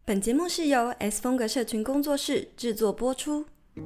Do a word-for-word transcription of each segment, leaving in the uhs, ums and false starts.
本节目是由 S 风格社群工作室制作播出。 喂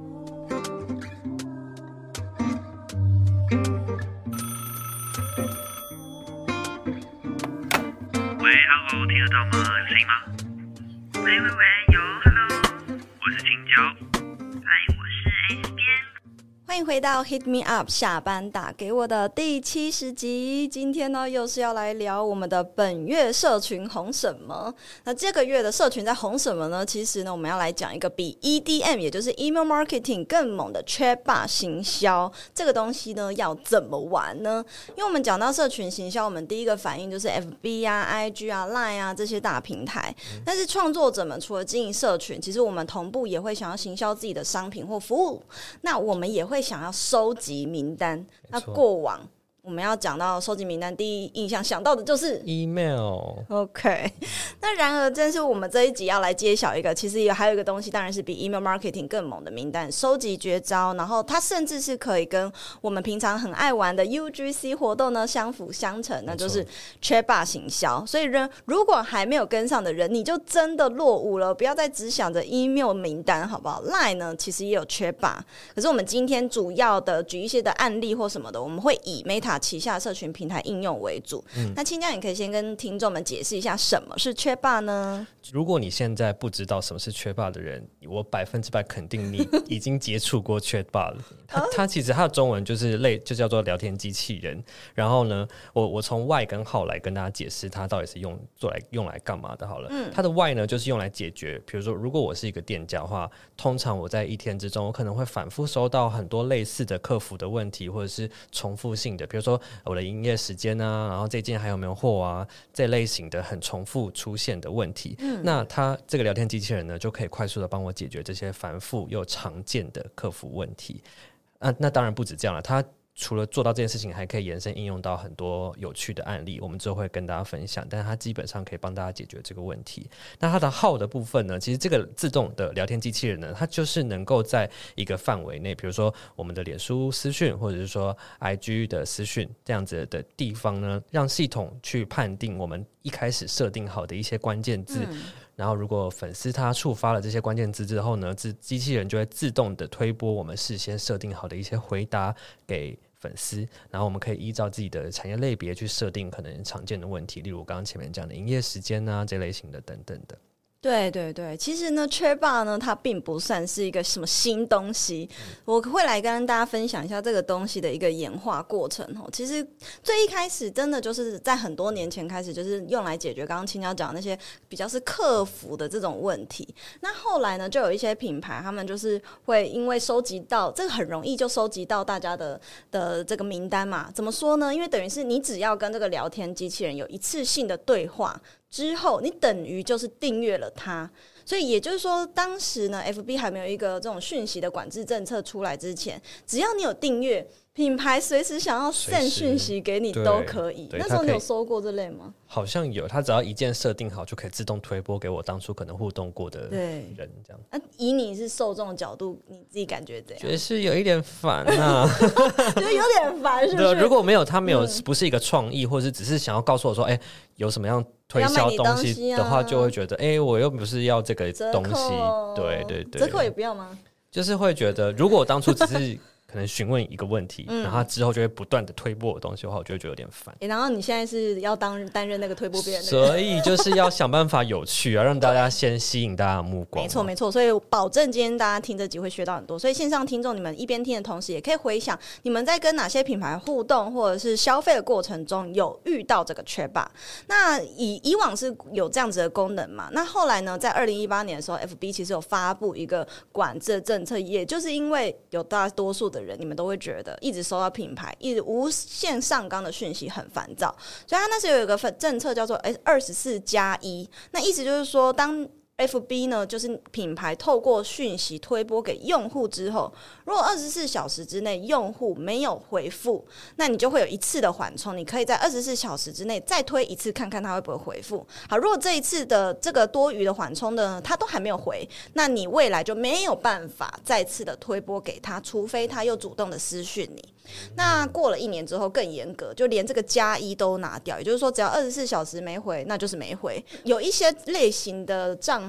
，Hello， 听得到吗？有声音吗？喂喂喂，有 Hello， 我是青椒。嗨，我是 S 边。 欢迎回到 Hit Me Up 下班打给我的第七十集。今天呢，又是要来聊我们的本月社群红什么。那这个月的社群在红什么呢？其实呢，我们要来讲一个比 E D M 也就是 Email Marketing 更猛的 Chatbot 行销。这个东西呢，要怎么玩呢？因为我们讲到社群行销，我们第一个反应就是 F B 啊、I G 啊、Line 啊这些大平台。但是创作者们除了经营社群，其实我们同步也会想要行销自己的商品或服务。那我们也会想要收集名单。那过往我们要讲到收集名单，第一印象想到的就是 email。 OK， 那然而正是我们这一集要来揭晓一个，其实也还有一个东西，当然是比 email marketing 更猛的名单收集绝招，然后它甚至是可以跟我们平常很爱玩的 U G C 活动呢相辅相成，那就是 Chatbot 行销。所以人如果还没有跟上的人，你就真的落伍了，不要再只想着 email 名单好不好。 Line 呢其实也有 Chatbot， 可是我们今天主要的举一些的案例或什么的，我们会以 Meta旗下社群平台应用为主。嗯、那青江你可以先跟听众们解释一下什么是 Chatbot 呢？ 如果你现在不知道什么是 Chatbot 的人，我百分之百肯定你已经接触过 Chatbot 了。它, 它其实它的中文就是类就叫做聊天机器人。然后呢，我我从 Why 跟 How 来跟大家解释它到底是用做来用来干嘛的好了。嗯、它的 Why 呢，就是用来解决，比如说如果我是一个店家的话，通常我在一天之中，我可能会反复收到很多类似的客服的问题，或者是重复性的，比如说我的营业时间啊，然后这件还有没有货啊，这类型的很重复出现的问题。嗯、那它这个聊天机器人呢，就可以快速的帮我解决这些繁复又常见的客服问题。啊、那当然不止这样了，它除了做到这件事情，还可以延伸应用到很多有趣的案例，我们之后会跟大家分享，但是它基本上可以帮大家解决这个问题。那它的 How 的部分呢，其实这个自动的聊天机器人呢，它就是能够在一个范围内，比如说我们的脸书私讯或者是说 I G 的私讯这样子的地方呢，让系统去判定我们一开始设定好的一些关键字。嗯，然后如果粉丝他触发了这些关键字之后呢，机器人就会自动的推播我们事先设定好的一些回答给粉丝，然后我们可以依照自己的产业类别去设定可能常见的问题，例如刚刚前面讲的营业时间啊这类型的等等的。 对对对，其实呢 Chatbot 呢它并不算是一个什么新东西。嗯、我会来跟大家分享一下这个东西的一个演化过程。其实最一开始真的就是在很多年前开始就是用来解决刚刚青椒讲的那些比较是客服的这种问题。那后来呢就有一些品牌他们就是会因为收集到这个很容易就收集到大家的的这个名单嘛。怎么说呢？因为等于是你只要跟这个聊天机器人有一次性的对话之后，你等于就是订阅了它。所以也就是说当时呢 F B 还没有一个这种讯息的管制政策出来之前，只要你有订阅，品牌随时想要 send 讯息给你都可以。那时候你有收过这类吗？ 好像有，它只要一键设定好就可以自动推播给我当初可能互动过的人这样。 啊、以你是受众的角度你自己感觉怎样？ 觉得是有一点烦啊觉得有点烦是不是？ 对，如果没有他没有、嗯、不是一个创意，或者是只是想要告诉我说哎、欸，有什么样推销东西的话，就会觉得哎、欸，我又不是要这个东西。对对对， 折扣也不要吗？ 就是会觉得如果我当初只是可能询问一个问题、嗯、然后他之后就会不断的推播我的东西的话，我就会觉得有点烦、 欸、然后你现在是要当担任那个推播别人的人，所以就是要想办法有趣啊，让大家先吸引大家的目光。 没错没错，所以保证今天大家听这集会学到很多。所以线上听众你们一边听的同时，也可以回想你们在跟哪些品牌互动或者是消费的过程中有遇到这个 Chatbot。那以以往是有这样子的功能嘛？那后来呢，在二零一八年的时候 F B 其实有发布一个管制的政策，也就是因为有大多数的人你们都会觉得一直收到品牌一直无限上纲的讯息很烦躁，所以他那时候有一个政策叫做二十四加一，那意思就是说当F B 呢，就是品牌透过讯息推播给用户之后，如果二十四小时之内用户没有回复，那你就会有一次的缓冲，你可以在二十四小时之内再推一次看看他会不会回复。好，如果这一次的这个多余的缓冲呢他都还没有回，那你未来就没有办法再次的推播给他，除非他又主动的私讯你。那过了一年之后更严格，就连这个加一都拿掉，也就是说只要二十四小时没回那就是没回。有一些类型的账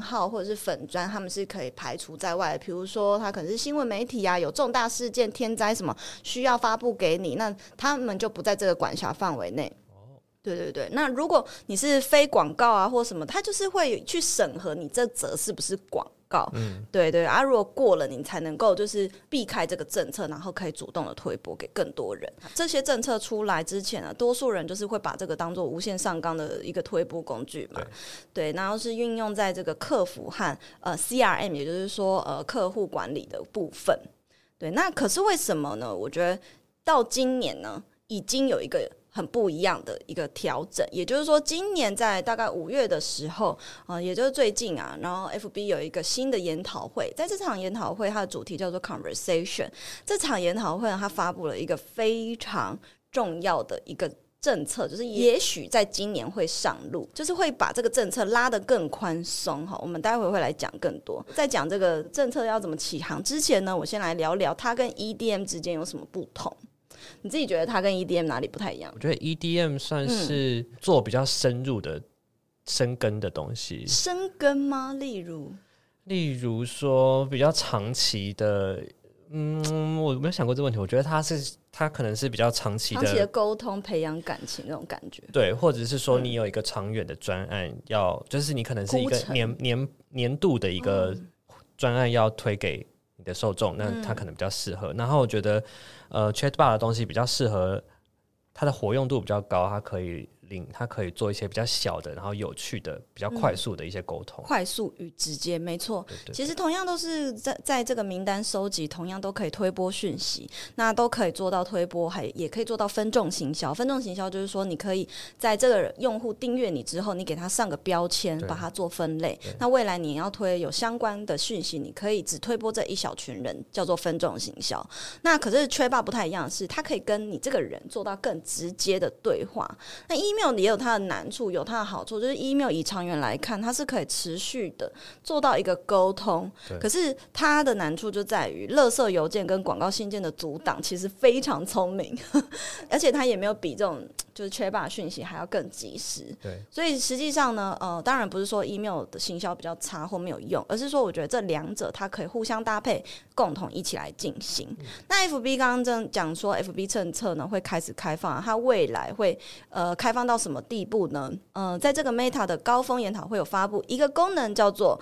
号或者是粉专，他们是可以排除在外的。比如说，他可能是新闻媒体啊，有重大事件、天灾什么需要发布给你，那他们就不在这个管辖范围内。对对对，那如果你是非广告啊或什么，他就是会去审核你这则是不是广告。嗯，对对啊，如果过了，你才能够就是避开这个政策，然后可以主动的推播给更多人。这些政策出来之前啊，多数人就是会把这个当做无限上纲的一个推播工具嘛。对，对，然后是运用在这个客服和呃 C R M， 也就是说呃客户管理的部分。对，那可是为什么呢？我觉得到今年呢，已经有一个很不一样的一个调整，也就是说，今年在大概五月的时候，呃，也就是最近啊，然后 F B 有一个新的研讨会，在这场研讨会，它的主题叫做 Conversation。这场研讨会呢，它发布了一个非常重要的一个政策，就是也许在今年会上路，就是会把这个政策拉得更宽松哈。我们待会会来讲更多。在讲这个政策要怎么起航之前呢，我先来聊聊它跟 E D M 之间有什么不同。你自己觉得它跟 E D M 哪里不太一样？ 我觉得 E D M 算是做比较深入的深耕的东西。 深耕吗？例如， 例如说比较长期的，嗯，我没有想过这个问题。我觉得它是它可能是比较长期的长期的沟通、培养感情那种感觉。 对，或者是说你有一个长远的专案要，要就是你可能是一个年年年度的一个专案要推给你的受众，那它可能比较适合。嗯、然后我觉得，呃 ，Chatbot 的东西比较适合，它的活用度比较高，它可以领，它可以做一些比较小的，然后有趣的、比较快速的一些沟通。 嗯、快速与直接，没错。 对对对， 其实同样都是在在这个名单收集，同样都可以推播讯息，那都可以做到推播，还也可以做到分众行销。分众行销就是说，你可以在这个用户订阅你之后，你给他上个标签，把它做分类。那未来你要推有相关的讯息，你可以只推播这一小群人，叫做分众行销。那可是 Chatbot 不太一样的是，它可以跟你这个人做到更直接的对话。那 email 也有它的难处，有它的好处，就是 email 以长远来看，它是可以持续的做到一个沟通。可是它的难处就在于，垃圾邮件跟广告信件的阻挡其实非常聪明，而且它也没有比这种就是 Chatbot 讯息还要更及时。 对， 所以实际上呢，呃，当然不是说 email 的行销比较差或没有用，而是说我觉得这两者它可以互相搭配，共同一起来进行。嗯、那 F B 刚刚正讲说 ，F B 政策呢会开始开放，它未来会呃开放到什么地步呢？呃，在这个 Meta 的高峰研讨会有发布一个功能叫做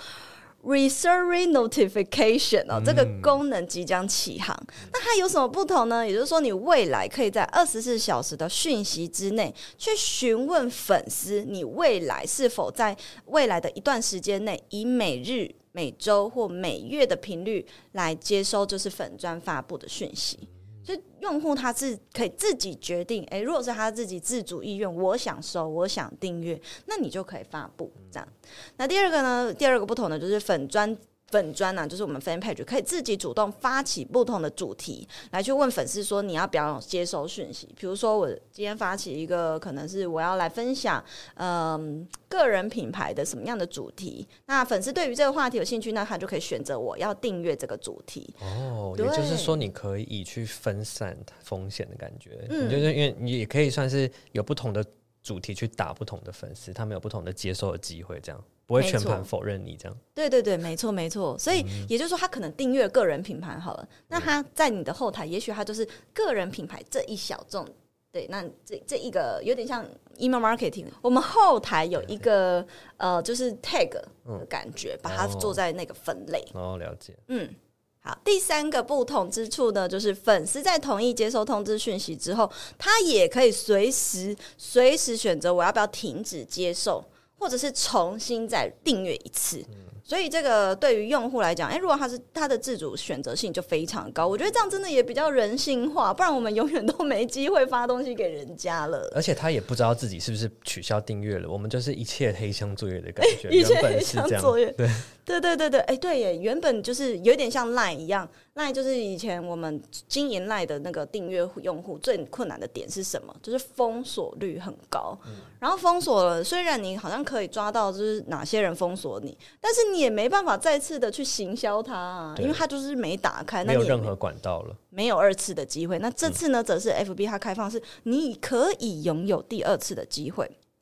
Recurring Notification 哦，这个功能即将起航。嗯、那它有什么不同呢？也就是说，你未来可以在二十四小时的讯息之内去询问粉丝，你未来是否在未来的一段时间内，以每日、每周或每月的频率来接收就是粉专发布的讯息。所以用户他是可以自己决定，哎，如果是他自己自主意愿，我想收，我想订阅，那你就可以发布这样。那第二个呢？第二个不同的就是粉专。粉专啊，就是我们 fan page 可以自己主动发起不同的主题，来去问粉丝说你要不要接收讯息。比如说我今天发起一个，可能是我要来分享，嗯，个人品牌的什么样的主题。那粉丝对于这个话题有兴趣，那他就可以选择我要订阅这个主题。 哦，也就是说你可以去分散风险的感觉，嗯，你就是因为你也可以算是有不同的主题去打不同的粉丝，他们有不同的接收的机会，这样。不会全盘否认你这样。 对对对，没错没错。所以也就是说，他可能订阅个人品牌好了，嗯、那他在你的后台，也许他就是个人品牌这一小众。对，那这这一个有点像 email marketing， 我们后台有一个呃，就是 tag 的感觉，嗯、把它做在那个分类。 哦，了解。 嗯。好，第三个不同之处呢，就是粉丝在同意接收通知讯息之后，他也可以随时随时选择我要不要停止接受。或者是重新再订阅一次，嗯、所以这个对于用户来讲，哎，如果他是他的自主选择性就非常高，我觉得这样真的也比较人性化，不然我们永远都没机会发东西给人家了。 而且他也不知道自己是不是取消订阅了，我们就是一切黑箱作业的感觉， 一切黑箱作业， 对对对对对，哎，对耶，原本就是有点像 Line 一样。Line 就是以前我们经营 Line 的那个订阅用户最困难的点是什么？就是封锁率很高。嗯、然后封锁了，虽然你好像可以抓到就是哪些人封锁你，但是你也没办法再次的去行销它啊，因为它就是没打开， 没有任何管道了， 没有二次的机会。那这次呢，则是 F B 它开放是你可以拥有第二次的机会。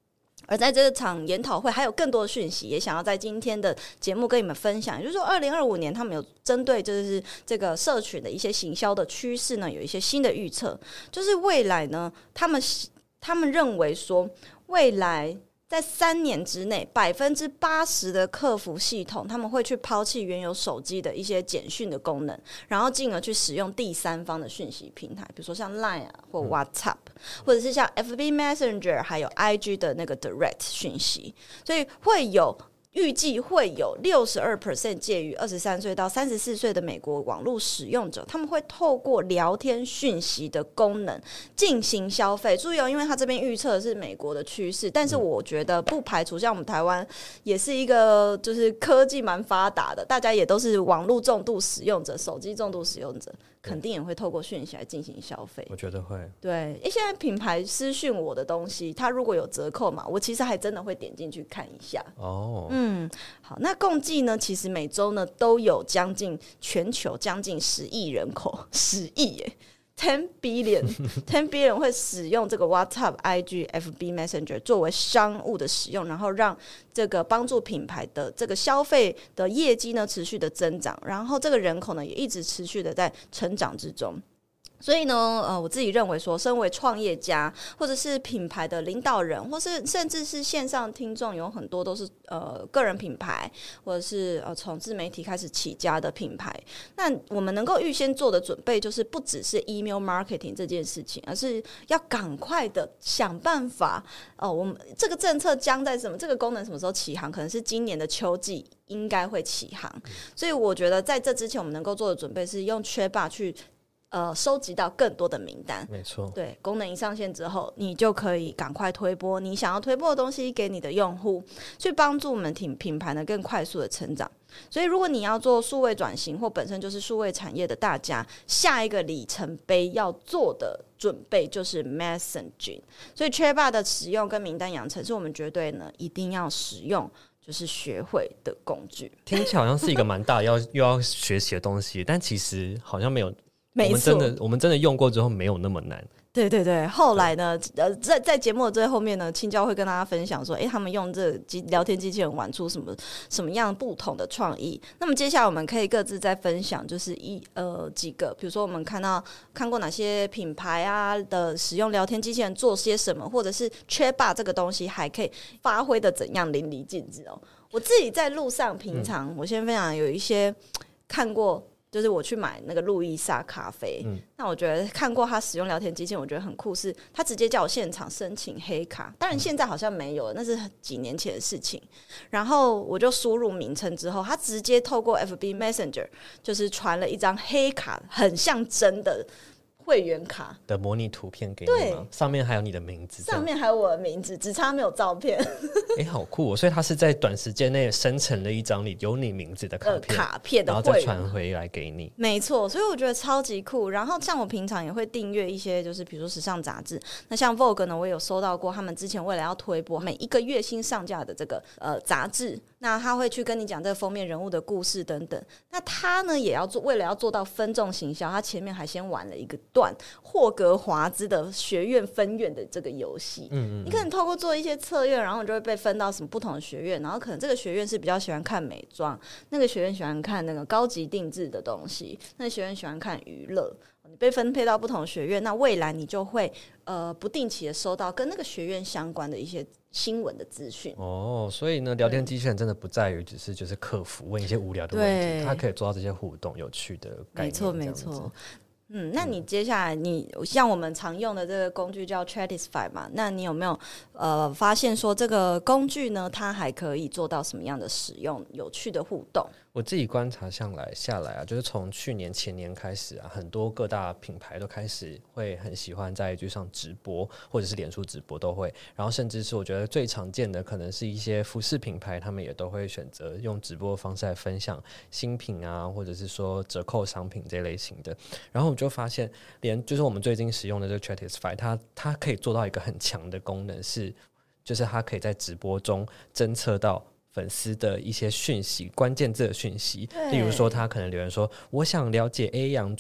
而在这场研讨会还有更多的讯息，也想要在今天的节目跟你们分享。也就是说二零二五年他们有针对就是这个社群的一些行销的趋势呢，有一些新的预测，就是未来呢他们他们认为说未来在三年之内，百分之八十的客服系统他们会去抛弃原有手机的一些简讯的功能，然后进而去使用第三方的讯息平台，比如说像 Line 啊或 WhatsApp，、嗯、或者是像 F B Messenger 还有 I G 的那个 Direct 讯息，所以会有预计会有 百分之六十二 介于二十三岁到三十四岁的美国网络使用者，他们会透过聊天讯息的功能进行消费。注意哦，因为他这边预测的是美国的趋势，但是我觉得不排除像我们台湾也是一个就是科技蛮发达的，大家也都是网络重度使用者、手机重度使用者，肯定也会透过讯息来进行消费。 我觉得会。 对，现在品牌私讯我的东西，它如果有折扣嘛，我其实还真的会点进去看一下。 哦， 嗯，好，那共计呢，其实每周呢都有将近全球将近十亿人口，十亿耶。ten billion ten billion 会使用这个 WhatsApp、I G、F B Messenger 作为商务的使用，然后让这个帮助品牌的这个消费的业绩呢持续的增长，然后这个人口呢也一直持续的在成长之中。所以呢，呃，我自己认为说，身为创业家，或者是品牌的领导人，或是甚至是线上听众，有很多都是呃个人品牌，或者是呃从自媒体开始起家的品牌。那我们能够预先做的准备，就是不只是 email marketing 这件事情，而是要赶快的想办法。哦、呃，我们这个政策将在什么？这个功能什么时候起航？可能是今年的秋季应该会起航。所以我觉得在这之前，我们能够做的准备是用缺霸去。呃，收集到更多的名单， 没错。 对，功能一上线之后，你就可以赶快推播你想要推播的东西给你的用户，去帮助我们品品牌呢更快速的成长。所以，如果你要做数位转型，或本身就是数位产业的大家，下一个里程碑要做的准备就是 messaging。所以 Chatbot 的使用跟名单养成，是我们绝对呢一定要使用。就是学会的工具， 听起来好像是一个蛮大要又要学习的东西，但其实好像没有。 没错， 我们真的我们真的用过之后没有那么难。 对对对，后来呢，呃，在在节目的最后面呢，青椒会跟大家分享说，哎，他们用这机聊天机器人玩出什么什么样不同的创意。那么接下来我们可以各自再分享，就是一呃几个，比如说我们看到看过哪些品牌啊的使用聊天机器人做些什么，或者是 Chatbot 这个东西还可以发挥的怎样淋漓尽致哦。我自己在路上平常，嗯、我先分享有一些看过。就是我去买那个路易莎咖啡、嗯、那我觉得看过他使用聊天机器人，我觉得很酷，是他直接叫我现场申请黑卡，当然现在好像没有了，那是几年前的事情。然后我就输入名称之后，他直接透过 F B Messenger 就是传了一张黑卡，很像真的会员卡的模拟图片给你吗？上面还有你的名字， 上面还有我的名字，只差没有照片。 哎、欸，好酷哦！所以他是在短时间内生成了一张里有你名字的卡片， 呃、卡片的然后再传回来给你。 没错，所以我觉得超级酷。然后像我平常也会订阅一些，就是比如说时尚杂志。那像 Vogue 呢，我也有收到过他们之前为了要推播每一个月新上架的这个呃杂志，那他会去跟你讲这个封面人物的故事等等。那他呢也要做，为了要做到分众行销，他前面还先玩了一个段霍格华兹的学院分院的这个游戏。嗯嗯，你可能透过做一些测验，然后你就会被分到什么不同的学院，然后可能这个学院是比较喜欢看美妆，那个学院喜欢看那个高级定制的东西，那个学院喜欢看娱乐。你被分配到不同的学院，那未来你就会呃不定期的收到跟那个学院相关的一些新闻的资讯。 哦，所以呢，聊天机器人真的不在于只是就是客服问一些无聊的问题，它可以做到这些互动、有趣的概念。 没错，没错。嗯，那你接下来你像我们常用的这个工具叫 Chatisify 嘛？那你有没有呃发现说这个工具呢，它还可以做到什么样的使用、有趣的互动？ 我自己观察下来下来啊，就是从去年前年开始啊，很多各大品牌都开始会很喜欢在 I G 上直播，或者是脸书直播都会。然后甚至是我觉得最常见的，可能是一些服饰品牌，他们也都会选择用直播的方式来分享新品啊，或者是说折扣商品这类型的。然后我就发现，连就是我们最近使用的这个 Chatisify， 它它可以做到一个很强的功能是，就是它可以在直播中侦测到粉丝的一些讯息，关键字的讯息，例如说他可能留言说我想了解 A 洋装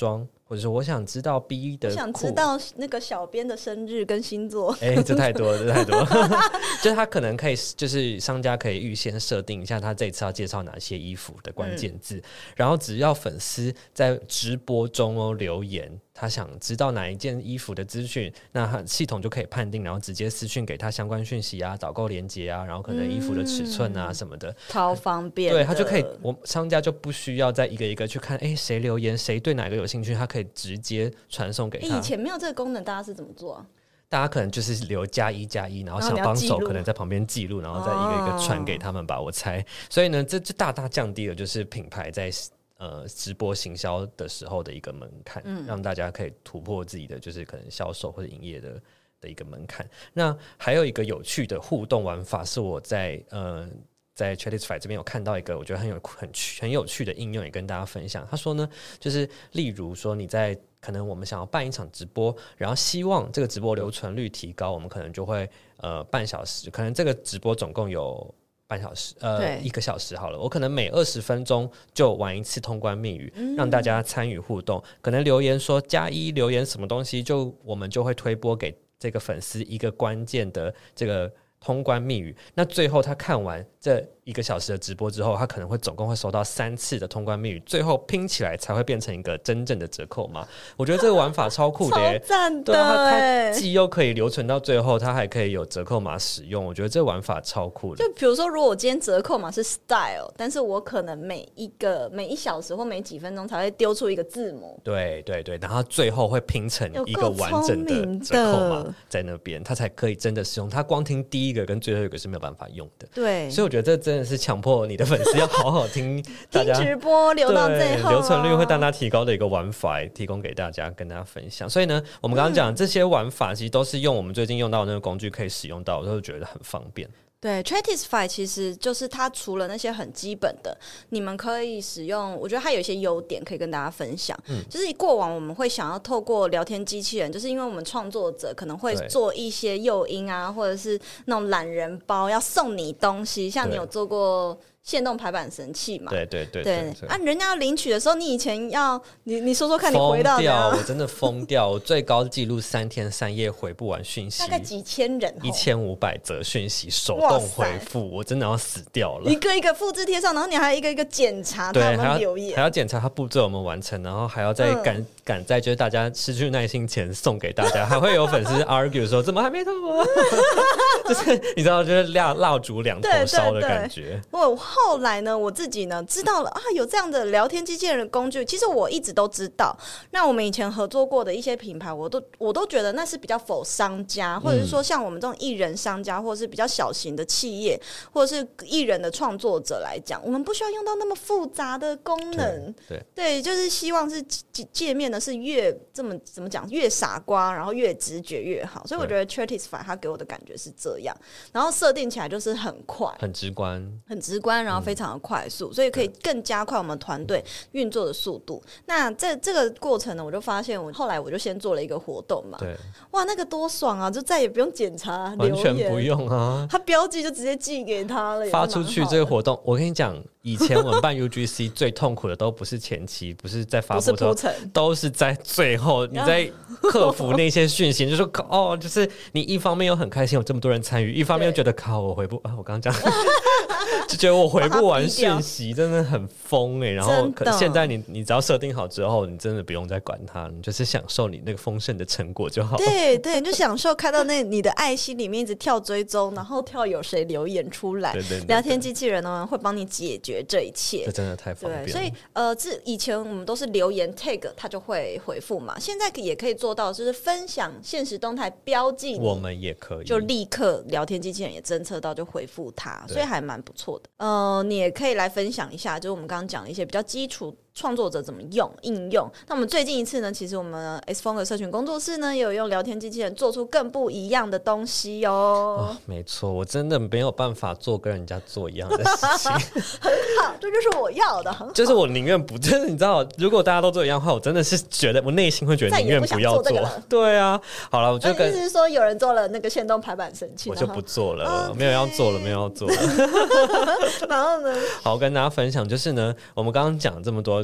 或者说我想知道 B 的， 我想知道那个小编的生日跟星座。 哎、欸，这太多了，这太多了。就是他可能可以，就是商家可以预先设定一下他这一次要介绍哪些衣服的关键字、嗯，然后只要粉丝在直播中哦留言，他想知道哪一件衣服的资讯，那他系统就可以判定，然后直接私讯给他相关讯息啊、导购连结啊，然后可能衣服的尺寸啊什么的，嗯、 超方便的。 对，他就可以，我商家就不需要再一个一个去看，哎，谁留言，谁对哪个有兴趣，他可以直接传送给他。 以前没有这个功能，大家是怎么做啊？ 大家可能就是留加一加一，然后小帮手可能在旁边记录，然后再一个一个传给他们吧，我猜。所以呢，这就大大降低了就是品牌在呃直播行销的时候的一个门槛、嗯，让大家可以突破自己的就是可能销售或者营业的的一个门槛。那还有一个有趣的互动玩法是我在呃。在 Chatisify 这边有看到一个我觉得很有很很有趣的应用，也跟大家分享。他说呢，就是例如说你在可能我们想要办一场直播，然后希望这个直播留存率提高，我们可能就会呃半小时，可能这个直播总共有半小时呃一个小时好了，我可能每二十分钟就玩一次通关密语、嗯、让大家参与互动，可能留言说加一，留言什么东西，就我们就会推播给这个粉丝一个关键的这个通关密语，那最后他看完这一个小时的直播之后，他可能会总共会收到三次的通关密语，最后拼起来才会变成一个真正的折扣码。我觉得这个玩法超酷的耶， 超赞的， 对啊，它既又可以留存到最后，它还可以有折扣码使用。我觉得这个玩法超酷的。 就比如说，如果我今天折扣码是 style， 但是我可能每一个每一小时或每几分钟才会丢出一个字母， 对对对，然后最后会拼成一个完整的折扣码在那边，它才可以真的使用。它光听第一个跟最后一个是没有办法用的。 对， 所以我觉得这真的是强迫你的粉丝要好好听大家听直播留到最后、啊、 留存率会大大提高的一个玩法，提供给大家跟大家分享。所以呢，我们刚刚讲、嗯、这些玩法其实都是用我们最近用到的那个工具可以使用到，我都觉得很方便。 对 Chatisify 其实就是它除了那些很基本的你们可以使用，我觉得它有一些优点可以跟大家分享、嗯、就是过往我们会想要透过聊天机器人，就是因为我们创作者可能会做一些诱因啊，或者是那种懒人包要送你东西，像你有做过限动排版神器嘛？ 对对对对, 对, 对啊！人家要领取的时候，你以前要你你说说看，你回到疯掉，我真的疯掉！我最高纪录三天三夜回不完讯息， 大概几千人， 一千五百则讯息手动回复，我真的要死掉了。 一个一个复制贴上，然后你还一个一个检查他有没有留言， 还要检查他步骤有没有完成，然后还要再赶、嗯、赶在就是大家失去耐心前送给大家，还会有粉丝 argue 说怎么还没到啊？就是你知道，就是蜡蜡烛两头烧的感觉。 我后来呢，我自己呢知道了啊，有这样的聊天机器人的工具，其实我一直都知道。那我们以前合作过的一些品牌，我都我都觉得那是比较否商家，或者是说像我们这种艺人商家，或者是比较小型的企业，或者是艺人的创作者来讲，我们不需要用到那么复杂的功能。 对对, 对，就是希望是界面呢是越这么怎么讲越傻瓜，然后越直觉越好。所以我觉得 Chatisify 它给我的感觉是这样，然后设定起来就是很快、 很直观、 很直观，然后非常的快速，嗯、所以可以更加快我们团队运作的速度。那在这个过程呢，我就发现我后来我就先做了一个活动嘛， 对， 哇，那个多爽啊！就再也不用检查留言， 完全不用啊， 他标记就直接寄给他了， 发出去这个活动，我跟你讲。以前我们办 U G C 最痛苦的都不是前期，不是在发布的时候，都是在最后你在克服那些讯息，就说哦，就是你一方面又很开心有这么多人参与，一方面又觉得靠我回不啊，我刚刚讲就觉得我回不完讯息，真的很疯哎、欸。然后可现在你你只要设定好之后，你真的不用再管它，你就是享受你那个丰盛的成果就好了。 对对，你就享受看到那你的爱心里面一直跳追踪，然后跳有谁留言出来，对对对对，聊天机器人呢会帮你解决这一切， 这真的太方便了。 对，所以呃，这以前我们都是留言 tag 它就会回复嘛，现在也可以做到，就是分享限时动态标记你， 我们也可以就立刻聊天机器人也侦测到就回复它，所以还蛮不错的。呃，你也可以来分享一下，就是我们刚刚讲的一些比较基础创作者怎么用应用。那我们最近一次呢，其实我们 S 风格社群工作室呢也有用聊天机器人做出更不一样的东西哦。 哦，没错，我真的没有办法做跟人家做一样的事情很好，这就是我要的，很好。 就是我宁愿不，就是你知道，如果大家都做一样的话，我真的是觉得我内心会觉得宁愿不要做, 做对啊，好了，我就跟意思是说有人做了那个限动排版神器， 我就不做了， okay. 没有要做了，没有要做了。 然后呢？ 好，我跟大家分享就是呢，我们刚刚讲这么多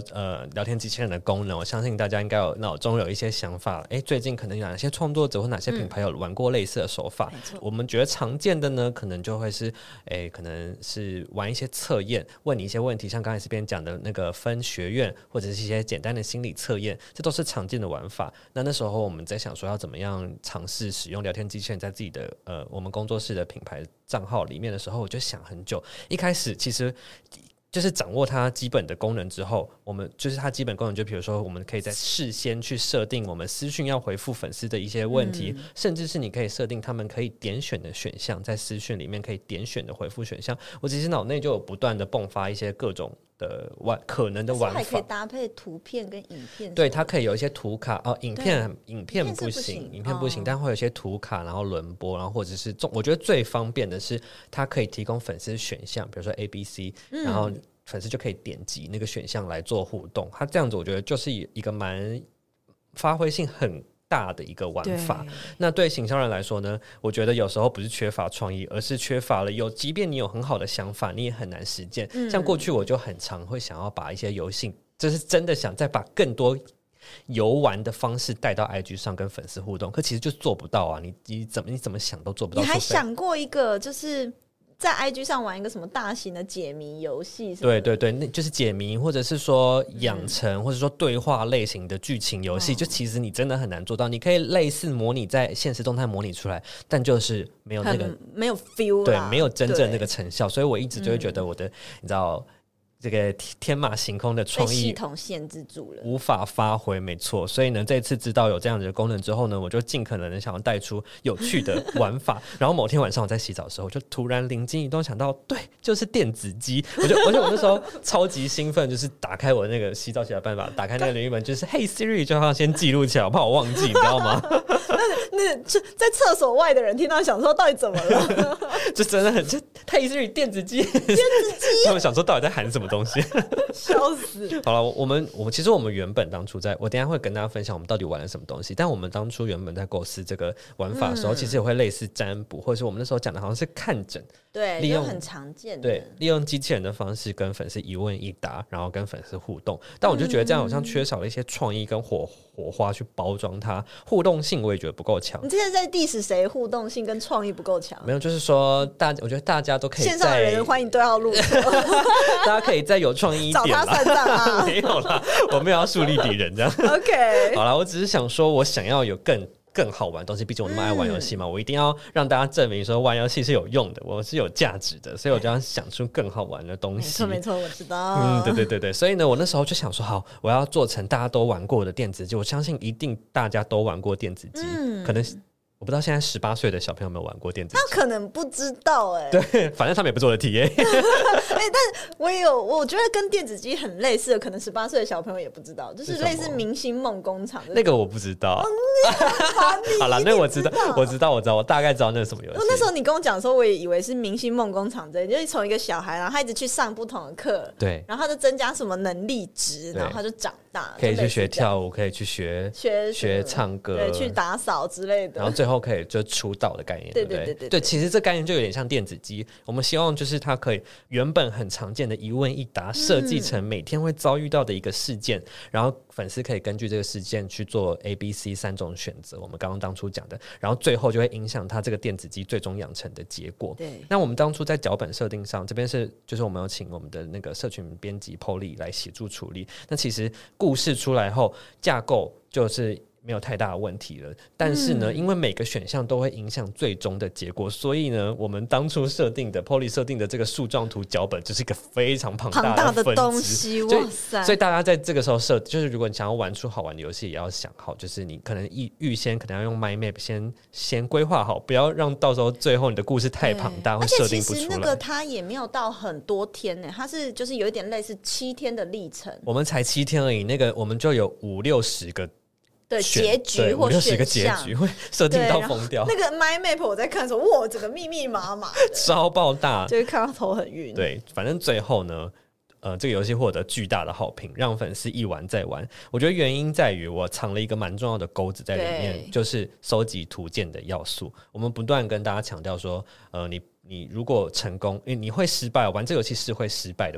呃聊天机器人的功能，我相信大家应该有脑中有一些想法。哎，最近可能有哪些创作者或哪些品牌有玩过类似的手法？嗯、我们觉得常见的呢，可能就会是哎，可能是玩一些测验，问你一些问题，像刚才这边讲的那个分学院，或者是一些简单的心理测验，这都是常见的玩法。那那时候我们在想说要怎么样尝试使用聊天机器人在自己的呃我们工作室的品牌账号里面的时候，我就想很久。一开始其实就是掌握它基本的功能之后，我们就是它基本功能，就比如说我们可以在事先去设定我们私讯要回复粉丝的一些问题、嗯、甚至是你可以设定他们可以点选的选项，在私讯里面可以点选的回复选项。我其实脑内就有不断的迸发一些各种的玩可能的玩法， 还可以搭配图片跟影片。 对，它可以有一些图卡哦，影片影片不行，影片不行，但会有一些图卡，然后轮播，然后或者是我觉得最方便的是，它可以提供粉丝选项，比如说 A B C，、嗯、然后粉丝就可以点击那个选项来做互动。它这样子，我觉得就是一个蛮发挥性很大的一个玩法。那对行销人来说呢，我觉得有时候不是缺乏创意，而是缺乏了有即便你有很好的想法，你也很难实践、嗯、像过去我就很常会想要把一些游戏，就是真的想再把更多游玩的方式带到 I G 上跟粉丝互动，可其实就做不到啊。你你怎么你怎么想都做不到。 你还想过一个就是在 I G 上玩一个什么大型的解谜游戏？ 对对对，那就是解谜，或者是说养成、嗯、或者说对话类型的剧情游戏、哦、就其实你真的很难做到。你可以类似模拟在现实动态模拟出来，但就是没有那个没有 feel 对，没有真正那个成效。所以我一直就会觉得我的、嗯、你知道这个天马行空的创意被系统限制住了， 无法发挥，没错。所以呢，这次知道有这样子的功能之后呢，我就尽可能的想要带出有趣的玩法。然后某天晚上我在洗澡的时候，我就突然灵机一动，想到，对，就是电子鸡。我就而且我那时候超级兴奋，就是打开我那个洗澡起来的办法，打开那个领域门，就是 Hey Siri 就要先记录起来，我怕我忘记，你知道吗？ 那在厕所外的人听到想说到底怎么了？ 就真的很就Hey Siri 电子鸡，电子鸡， 他们想说到底在喊什么东西？ 笑死！ 好了，我们我们其实我们原本当初在，我等一下会跟大家分享我们到底玩了什么东西。但我们当初原本在构思这个玩法的时候，嗯、其实也会类似占卜，或者是我们那时候讲的好像是看诊， 对， 利用很常见的， 对，利用机器人的方式跟粉丝一问一答，然后跟粉丝互动。但我就觉得这样好像缺少了一些创意跟火火花去包装它，互动性我也觉得不够强。 你现在在 diss 谁？互动性跟创意不够强？ 没有，就是说大，我觉得大家都可以在线上的人欢迎对号入座， 大家可以再有创意一点啦。 找他算账啊！ 没有啦，我没有要树立敌人这样。 OK， 好啦，我只是想说，我想要有更更好玩的东西，毕竟我那么爱玩游戏嘛、嗯，我一定要让大家证明说玩游戏是有用的，我是有价值的，所以我就要想出更好玩的东西。 没错没错，我知道。 嗯，对对对对，所以呢，我那时候就想说，好，我要做成大家都玩过的电子机，我相信一定大家都玩过电子机，嗯、可能。我不知道现在十八岁的小朋友有没有玩过电子机， 他可能不知道哎、欸。 对，反正他们也不做的 T A 。哎、 欸，但我也有，我觉得跟电子机很类似的，可能十八岁的小朋友也不知道，就是类似明星梦工厂。 那个我不知道。 哦、 好了，那个我知道，我知道，我知道，我大概知道那是什么游戏。 那时候你跟我讲的时候，我也以为是明星梦工厂之类，就是从一个小孩，然后他一直去上不同的课， 对， 然后他就增加什么能力值，然后他就长大， 可以去学跳舞，可以去学学学唱歌， 对，去打扫之类的， 然后最后可以就出道的概念，对不对？对对对对，对，其实这概念就有点像电子机。我们希望就是它可以原本很常见的一问一答，设计成每天会遭遇到的一个事件，嗯、然后粉丝可以根据这个事件去做 A、B、C 三种选择。我们刚刚当初讲的，然后最后就会影响它这个电子机最终养成的结果。 对， 那我们当初在脚本设定上，这边是就是我们有请我们的那个社群编辑 Polly 来协助处理。那其实故事出来后，架构就是没有太大的问题了，但是呢、嗯、因为每个选项都会影响最终的结果，所以呢我们当初设定的 Polly 设定的这个树状图脚本就是一个非常庞大的分支， 东西，哇塞！ 所以大家在这个时候设，就是如果你想要玩出好玩的游戏，也要想好，就是你可能预先可能要用 mind map 先先规划好，不要让到时候最后你的故事太庞大，会设定不出来。而且其实那个它也没有到很多天呢，它是就是有一点类似七天的历程。 我们才七天而已，那个我们就有五六十个。 的结局或选项， 个结局会设定到疯掉。 那个 mind map 我在看的时候，哇，整个密密麻麻的， 超爆大， 就会看到头很晕。 对，反正最后呢，呃，这个游戏获得巨大的好评，让粉丝一玩再玩。我觉得原因在于我藏了一个蛮重要的钩子在里面，就是收集图鉴的要素。我们不断跟大家强调说，呃，你你如果成功，你会失败，玩这个游戏是会失败的，会。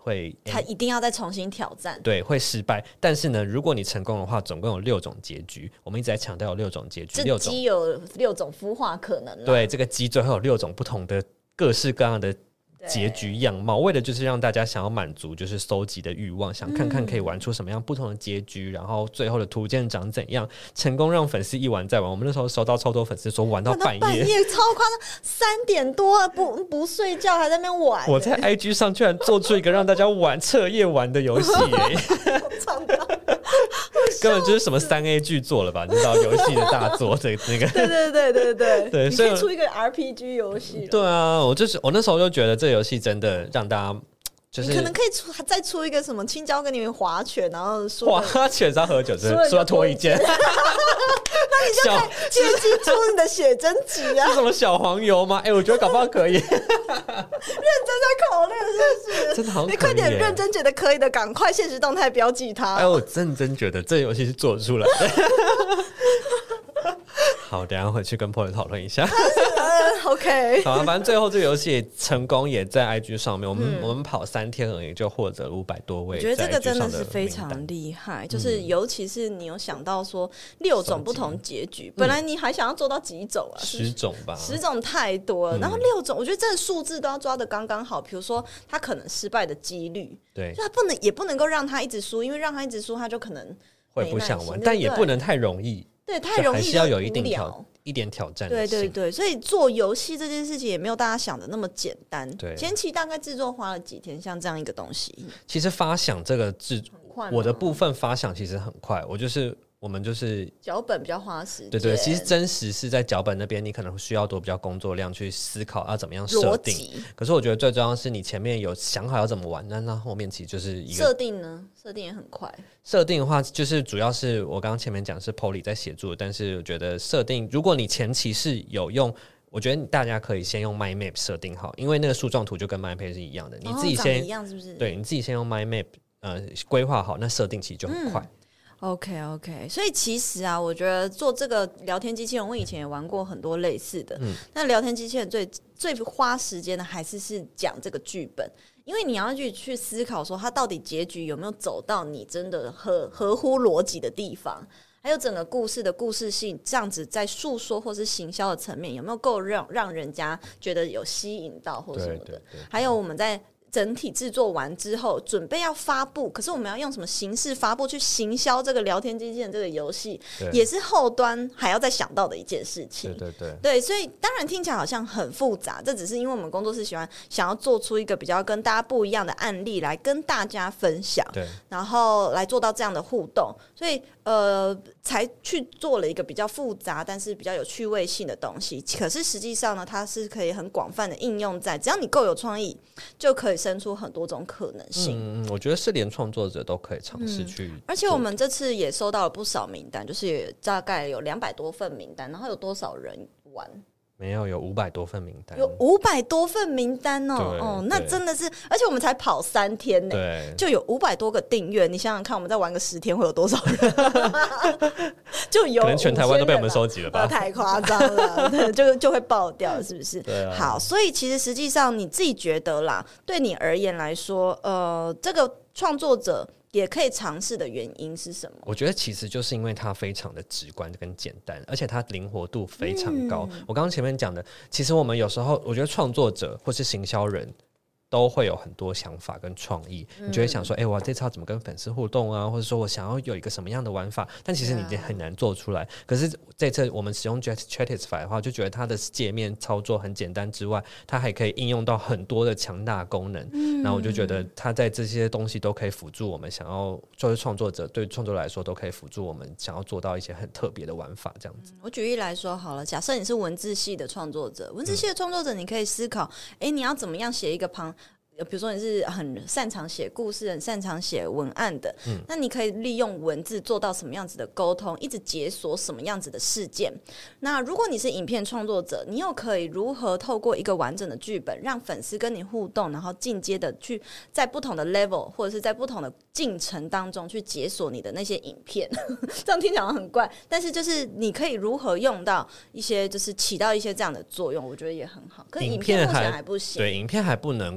会他一定要再重新挑战， 对，会失败。但是呢，如果你成功的话，总共有六种结局。我们一直在强调有六种结局， 这六种鸡有六种孵化可能啦。 对，这个鸡最后有六种不同的各式各样的结局样貌，为的就是让大家想要满足就是搜集的欲望，想看看可以玩出什么样不同的结局，嗯、然后最后的图鉴长怎样，成功让粉丝一玩再玩。我们那时候收到超多粉丝说玩到半夜， 半夜超夸张，三点多不不睡觉还在那边玩。 我在 I G 上居然做出一个让大家玩彻夜玩的游戏耶！根本就是什么三 A 巨作了吧？你知道游戏的大作的那个？ 对对对对对对， 你可以出一个 R P G 游戏。 对啊，我就是我那时候就觉得这游戏真的让大家。就是、 你可能可以出再出一个什么青椒跟你们划拳，然后输划拳是要喝酒，输了要脱一件， 那你就可以借机出你的写真集啊！ 是什么小黄油吗？哎、欸，我觉得搞不好可以。认真在考虑是不是？ 真的好可以， 你快点认真觉得可以的，赶快限时动态标记它。 哎，我认真觉得这游戏是做出来的。好，等一下回去跟 Polly 讨论一下。 OK， 好啊，反正最后这个游戏也成功，也在 I G 上面，我们、嗯、我们跑三天而已就获得了五百多位。 我觉得这个真的是非常厉害，就是尤其是你有想到说六种不同结局，嗯、本来你还想要做到几种啊？ 十种吧， 十种太多了。嗯、然后六种，我觉得这个数字都要抓得刚刚好。比如说，他可能失败的几率， 对， 就他不能也不能够让他一直输，因为让他一直输，他就可能会不想玩，但也不能太容易。 对，太容易还是要有一定挑一点挑战的性。 对对对，所以做游戏这件事情也没有大家想的那么简单。 对， 前期大概制作花了几天，像这样一个东西。 其实发想这个制，我的部分发想其实很快，我就是我们就是脚本比较花时间。 对对，其实真实是在脚本那边，你可能需要多比较工作量去思考要怎么样设定。可是我觉得最重要的是你前面有想好要怎么玩，那那后面其实就是一个设定呢，设定也很快。 设定的话，就是主要是我刚刚前面讲是 Polly 在协助，但是我觉得设定，如果你前期是有用，我觉得大家可以先用 Mind Map 设定好，因为那个树状图就跟 Mind Map 是一样的，你自己先、 哦、一样是不是？ 对，你自己先用 Mind Map 呃规划好，那设定其实就很快。嗯 OK OK， 所以其实啊，我觉得做这个聊天机器人，我以前也玩过很多类似的。嗯，那聊天机器人最最花时间的还是是讲这个剧本，因为你要去去思考说，它到底结局有没有走到你真的合合乎逻辑的地方，还有整个故事的故事性，这样子在诉说或是行销的层面有没有够让让人家觉得有吸引到或什么的。 对对对， 还有我们在整体制作完之后准备要发布，可是我们要用什么形式发布去行销这个聊天机器人这个游戏，也是后端还要再想到的一件事情。 对对对对，所以当然听起来好像很复杂，这只是因为我们工作室喜欢想要做出一个比较跟大家不一样的案例来跟大家分享， 对， 然后来做到这样的互动，所以呃才去做了一个比较复杂但是比较有趣味性的东西。可是实际上呢，它是可以很广泛的应用在，只要你够有创意就可以生出很多种可能性。 嗯，我觉得是连创作者都可以尝试去、嗯、 而且我们这次也收到了不少名单，就是大概有两百多份名单，然后有多少人玩？ 没有，有五百多份名单， 有五百多份名单哦，哦，那真的是，而且我们才跑三天呢， 对， 就有五百多个订阅，你想想看，我们再玩个十天会有多少人？就有， 可能全台湾都被我们收集了吧？ 太夸张了，就就会爆掉，是不是？ 对啊。 好，所以其实实际上你自己觉得啦，对你而言来说，呃，这个创作者也可以尝试的原因是什么？ 我觉得其实就是因为它非常的直观跟简单，而且它灵活度非常高。嗯、我刚刚前面讲的，其实我们有时候我觉得创作者或是行销人都会有很多想法跟创意，你就会想说，哎、欸，我这次要怎么跟粉丝互动啊？或者说我想要有一个什么样的玩法，但其实你已经很难做出来。可是这次我们使用 Chatify 的话，就觉得它的界面操作很简单之外，它还可以应用到很多的强大功能。嗯、然后我就觉得它在这些东西都可以辅助我们想要，就是创作者对创作者来说都可以辅助我们想要做到一些很特别的玩法。这样子、 嗯，我举例来说好了，假设你是文字系的创作者，文字系的创作者，你可以思考，哎、嗯，你要怎么样写一个旁。比如说你是很擅长写故事、很擅长写文案的、嗯、那你可以利用文字做到什么样子的沟通，一直解锁什么样子的事件。那如果你是影片创作者，你又可以如何透过一个完整的剧本让粉丝跟你互动，然后进阶的去在不同的 level 或者是在不同的进程当中去解锁你的那些影片这样听起来很怪，但是就是你可以如何用到一些就是起到一些这样的作用，我觉得也很好。可是影片目前还不行， 对，影片还不能够推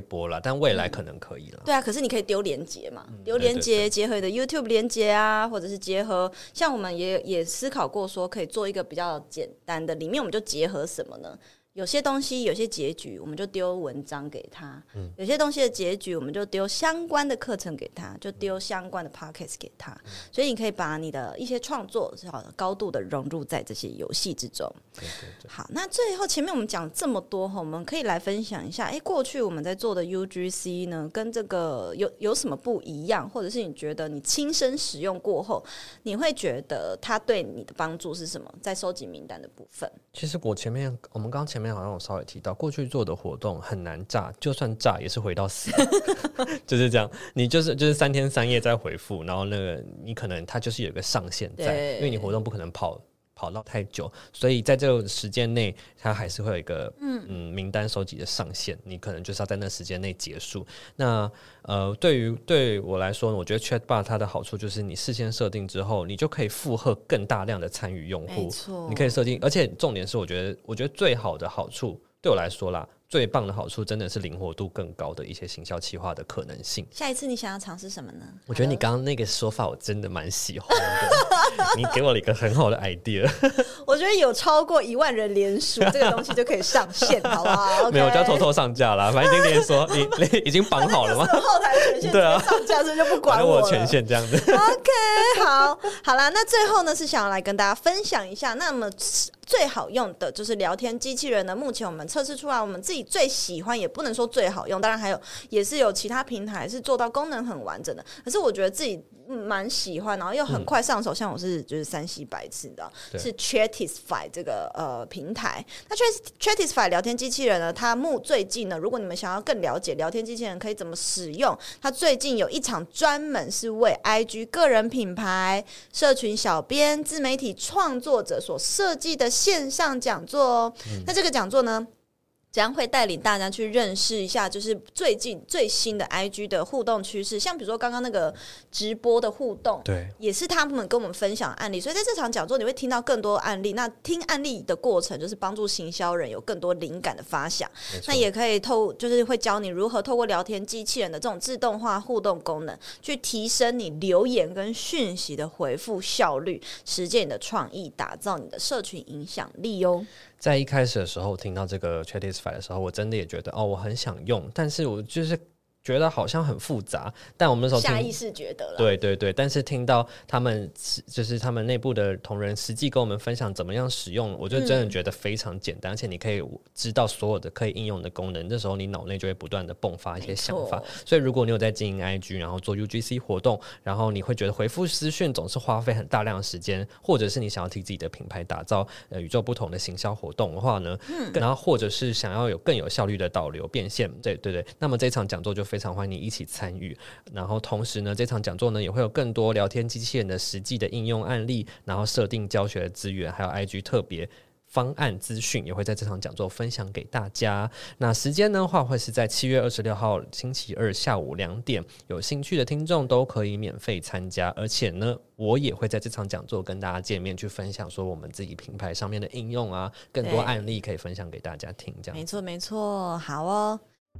播啦，但未来可能可以了、嗯。 对啊，可是你可以丢连结嘛，丢连结结合你的 YouTube 连结啊，或者是结合像我们也也思考过说可以做一个比较简单的，里面我们就结合什么呢？有些东西有些结局我们就丢文章给他、嗯、有些东西的结局我们就丢相关的课程给他，就丢相关的 podcast 给他、嗯、所以你可以把你的一些创作高度的融入在这些游戏之中。 对对对。 好，那最后前面我们讲这么多，我们可以来分享一下哎，过去我们在做的 U G C 呢跟这个有有什么不一样，或者是你觉得你亲身使用过后你会觉得它对你的帮助是什么，在收集名单的部分。 其实我前面我们刚前面好像有稍微提到，过去做的活动很难炸，就算炸也是回到死就是这样，你就是就是三天三夜在回复，然后那个你可能它就是有一个上限在，因为你活动不可能跑跑到太久，所以在这个时间内它还是会有一个 嗯, 嗯名单收集的上限，你可能就是要在那时间内结束。那呃，对于对我来说，我觉得 Chatbot 它的好处就是你事先设定之后，你就可以负荷更大量的参与用户，你可以设定，而且重点是我觉得我觉得最好的好处对我来说啦，最棒的好处真的是灵活度更高的一些行销企划的可能性。 下一次你想要尝试什么呢？ 我觉得你刚刚那个说法我真的蛮喜欢的你给我了一个很好的 idea 我觉得有超过一万人联署这个东西就可以上线好不好、okay、 没有，我就要偷偷上架啦，反正已经连说你你已经绑好了吗？ 后台权限对啊，上架这就不管我了， 我权限这样子 OK 好好啦，那最后呢是想要来跟大家分享一下，那么最好用的就是聊天机器人呢，目前我们测试出来我们自己最喜欢，也不能说最好用，当然还有也是有其他平台是做到功能很完整的，可是我觉得自己蛮喜欢，然后又很快上手、嗯、像我是就是山西白痴的是 Chatisify 这个呃平台。那 Chatisify 聊天机器人呢，它目最近呢，如果你们想要更了解聊天机器人可以怎么使用，它最近有一场专门是为 I G 个人品牌、社群小编、自媒体创作者所设计的线上讲座哦、嗯、那这个讲座呢将会带领大家去认识一下就是最近最新的 I G 的互动趋势，像比如说刚刚那个直播的互动， 对， 也是他们跟我们分享案例，所以在这场讲座你会听到更多案例，那听案例的过程就是帮助行销人有更多灵感的发想，那也可以透就是会教你如何透过聊天机器人的这种自动化互动功能去提升你留言跟讯息的回复效率，实践你的创意，打造你的社群影响力哦。 在一开始的时候听到这个 Chatisify 的时候，我真的也觉得哦，我很想用，但是我就是觉得好像很复杂，但我们那时候下意识觉得了， 对对对，但是听到他们就是他们内部的同仁实际跟我们分享怎么样使用，我就真的觉得非常简单、嗯、而且你可以知道所有的可以应用的功能，那时候你脑内就会不断的迸发一些想法，所以如果你有在经营 I G 然后做 U G C 活动，然后你会觉得回复私讯总是花费很大量的时间，或者是你想要替自己的品牌打造、呃、宇宙不同的行销活动的话呢、嗯、然后或者是想要有更有效率的导流变现，对对对，那么这场讲座就非常欢迎你一起参与，然后同时呢这场讲座呢也会有更多聊天机器人的实际的应用案例，然后设定教学的资源，还有 I G 特别方案资讯也会在这场讲座分享给大家。那时间的话会是在七月二十六号星期二下午两点，有兴趣的听众都可以免费参加，而且呢我也会在这场讲座跟大家见面，去分享说我们自己品牌上面的应用啊，更多案例可以分享给大家听，这样没错没错，好哦。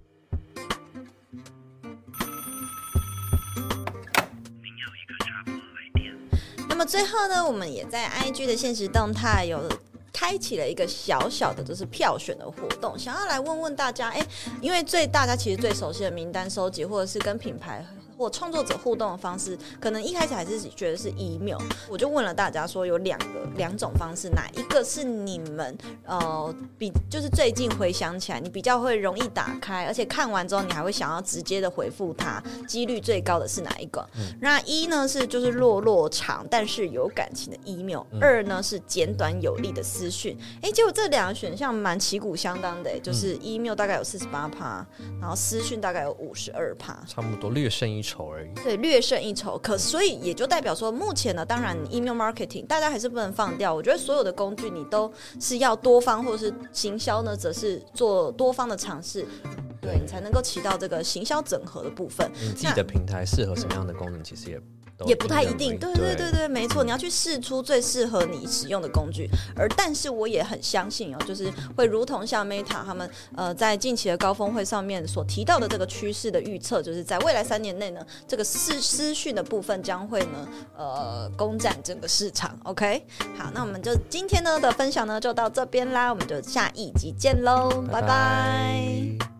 那么最后呢，我们也在 I G 的限时动态有开启了一个小小的就是票选的活动，想要来问问大家，哎，因为最大家其实最熟悉的名单收集，或者是跟品牌或创作者互动的方式，可能一开始还是觉得是 email， 我就问了大家说有两个两种方式，哪一个是你们呃比就是最近回想起来你比较会容易打开，而且看完之后你还会想要直接的回复它，几率最高的是哪一个？嗯、那一呢是就是落落长但是有感情的 email，、嗯、二呢是简短有力的私讯。哎，结果这两个选项蛮旗鼓相当的，就是 email 大概有 百分之四十八， 然后私讯大概有 百分之五十二， 差不多略胜一筹而已。 对，略胜一筹。可所以也就代表说，目前呢，当然 email marketing 大家还是不能放掉。我觉得所有的工具你都是要多方，或是行销呢，则是做多方的尝试，对你才能够起到这个行销整合的部分。 你自己的平台适合什么样的功能，其实也都也不太一定。 因人而异对对对对，没错，你要去试出最适合你使用的工具。而但是我也很相信哦，就是会如同像 Meta 他们呃在近期的高峰会上面所提到的这个趋势的预测，就是在未来三年内呢，这个私私讯的部分将会呢呃攻占整个市场。OK， 好，那我们就今天呢的分享呢就到这边啦，我们就下一集见喽，拜拜。 拜拜